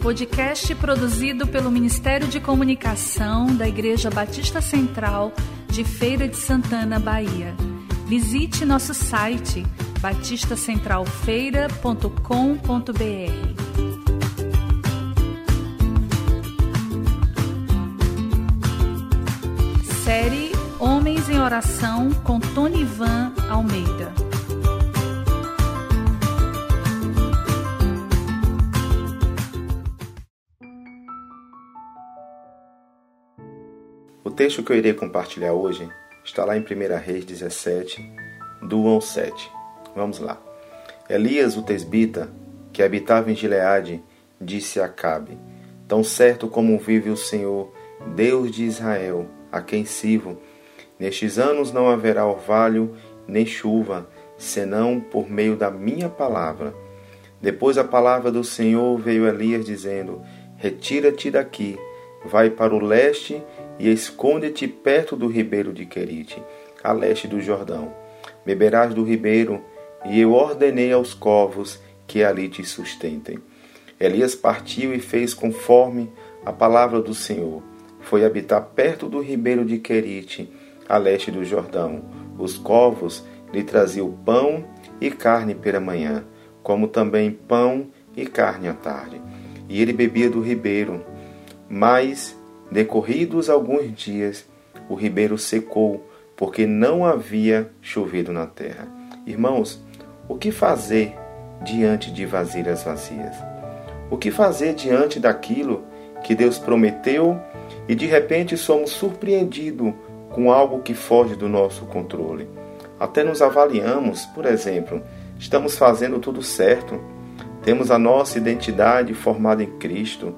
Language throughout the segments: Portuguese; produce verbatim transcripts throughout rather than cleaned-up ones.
podcast produzido pelo Ministério de Comunicação da Igreja Batista Central de Feira de Santana, Bahia. Visite nosso site batista central feira ponto com ponto b r. Série Homens em Oração com Tonivan Almeida. O texto que eu irei compartilhar hoje está lá em primeira Reis dezessete, do um ao sete. Vamos lá. Elias, o tesbita, que habitava em Gileade, disse a Acabe: Tão certo como vive o Senhor, Deus de Israel, a quem sirvo, nestes anos não haverá orvalho nem chuva, senão por meio da minha palavra. Depois a palavra do Senhor veio a Elias dizendo: Retira-te daqui, vai para o leste e esconde-te perto do ribeiro de Querite, a leste do Jordão. Beberás do ribeiro, e eu ordenei aos corvos que ali te sustentem. Elias partiu e fez conforme a palavra do Senhor. Foi habitar perto do ribeiro de Querite, a leste do Jordão. Os corvos lhe traziam pão e carne pela manhã, como também pão e carne à tarde. E ele bebia do ribeiro. Mas, decorridos alguns dias, o ribeiro secou, porque não havia chovido na terra. Irmãos, o que fazer diante de vasilhas vazias? O que fazer diante daquilo que Deus prometeu e de repente somos surpreendidos com algo que foge do nosso controle? Até nos avaliamos, por exemplo, estamos fazendo tudo certo, temos a nossa identidade formada em Cristo,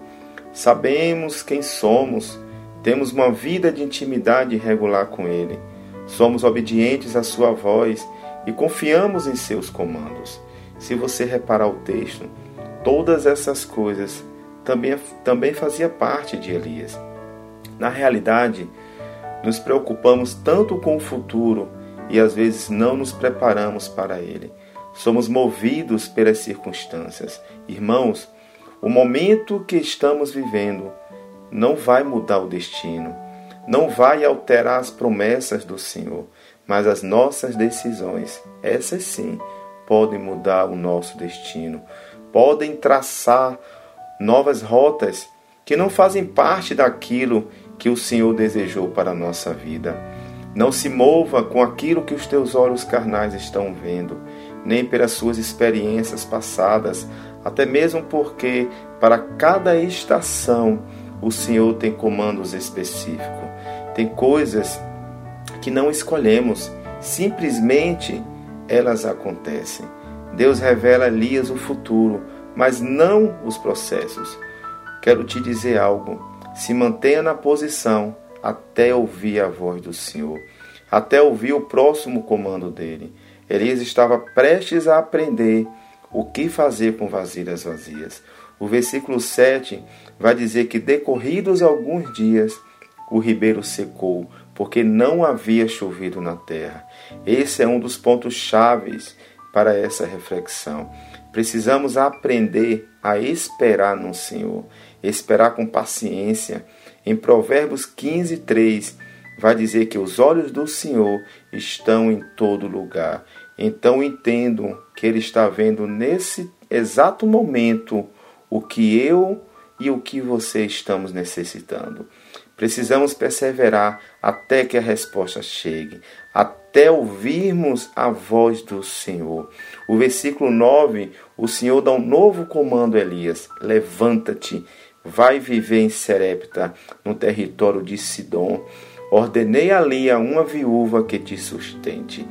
sabemos quem somos, temos uma vida de intimidade regular com Ele, somos obedientes à sua voz e confiamos em seus comandos. Se você reparar o texto, todas essas coisas também, também fazia parte de Elias. Na realidade, nos preocupamos tanto com o futuro e às vezes não nos preparamos para ele. Somos movidos pelas circunstâncias. Irmãos, o momento que estamos vivendo não vai mudar o destino, não vai alterar as promessas do Senhor, mas as nossas decisões, essas sim, podem mudar o nosso destino, podem traçar novas rotas que não fazem parte daquilo que o Senhor desejou para a nossa vida. Não se mova com aquilo que os teus olhos carnais estão vendo, nem pelas suas experiências passadas, até mesmo porque para cada estação o Senhor tem comandos específicos. Tem coisas que não escolhemos, simplesmente elas acontecem. Deus revela a Elias o futuro, mas não os processos. Quero te dizer algo: se mantenha na posição até ouvir a voz do Senhor, até ouvir o próximo comando dele. Elias estava prestes a aprender o que fazer com vasilhas vazias. O versículo sete vai dizer que, decorridos alguns dias, o ribeiro secou, porque não havia chovido na terra. Esse é um dos pontos chaves para essa reflexão. Precisamos aprender a esperar no Senhor, esperar com paciência. Em Provérbios quinze, três, vai dizer que os olhos do Senhor estão em todo lugar. Então entendo que Ele está vendo nesse exato momento o que eu e o que você estamos necessitando. Precisamos perseverar até que a resposta chegue, até ouvirmos a voz do Senhor. O versículo nove, o Senhor dá um novo comando a Elias: levanta-te, vai viver em Serepta, no território de Sidom. Ordenei ali a uma viúva que te sustente.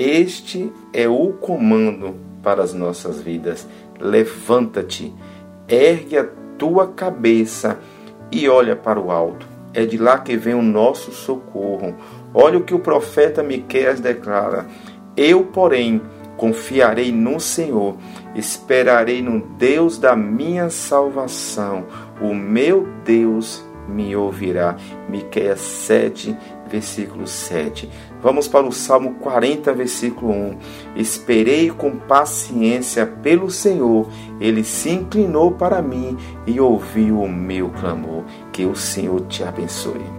Este é o comando para as nossas vidas. Levanta-te, ergue a tua cabeça e olha para o alto. É de lá que vem o nosso socorro. Olha o que o profeta Miqueias declara: eu, porém, confiarei no Senhor, esperarei no Deus da minha salvação. O meu Deus me ouvirá. Miqueias sete, versículo sete. Vamos para o Salmo quarenta, versículo um. Esperei com paciência pelo Senhor, Ele se inclinou para mim e ouviu o meu clamor. Que o Senhor te abençoe.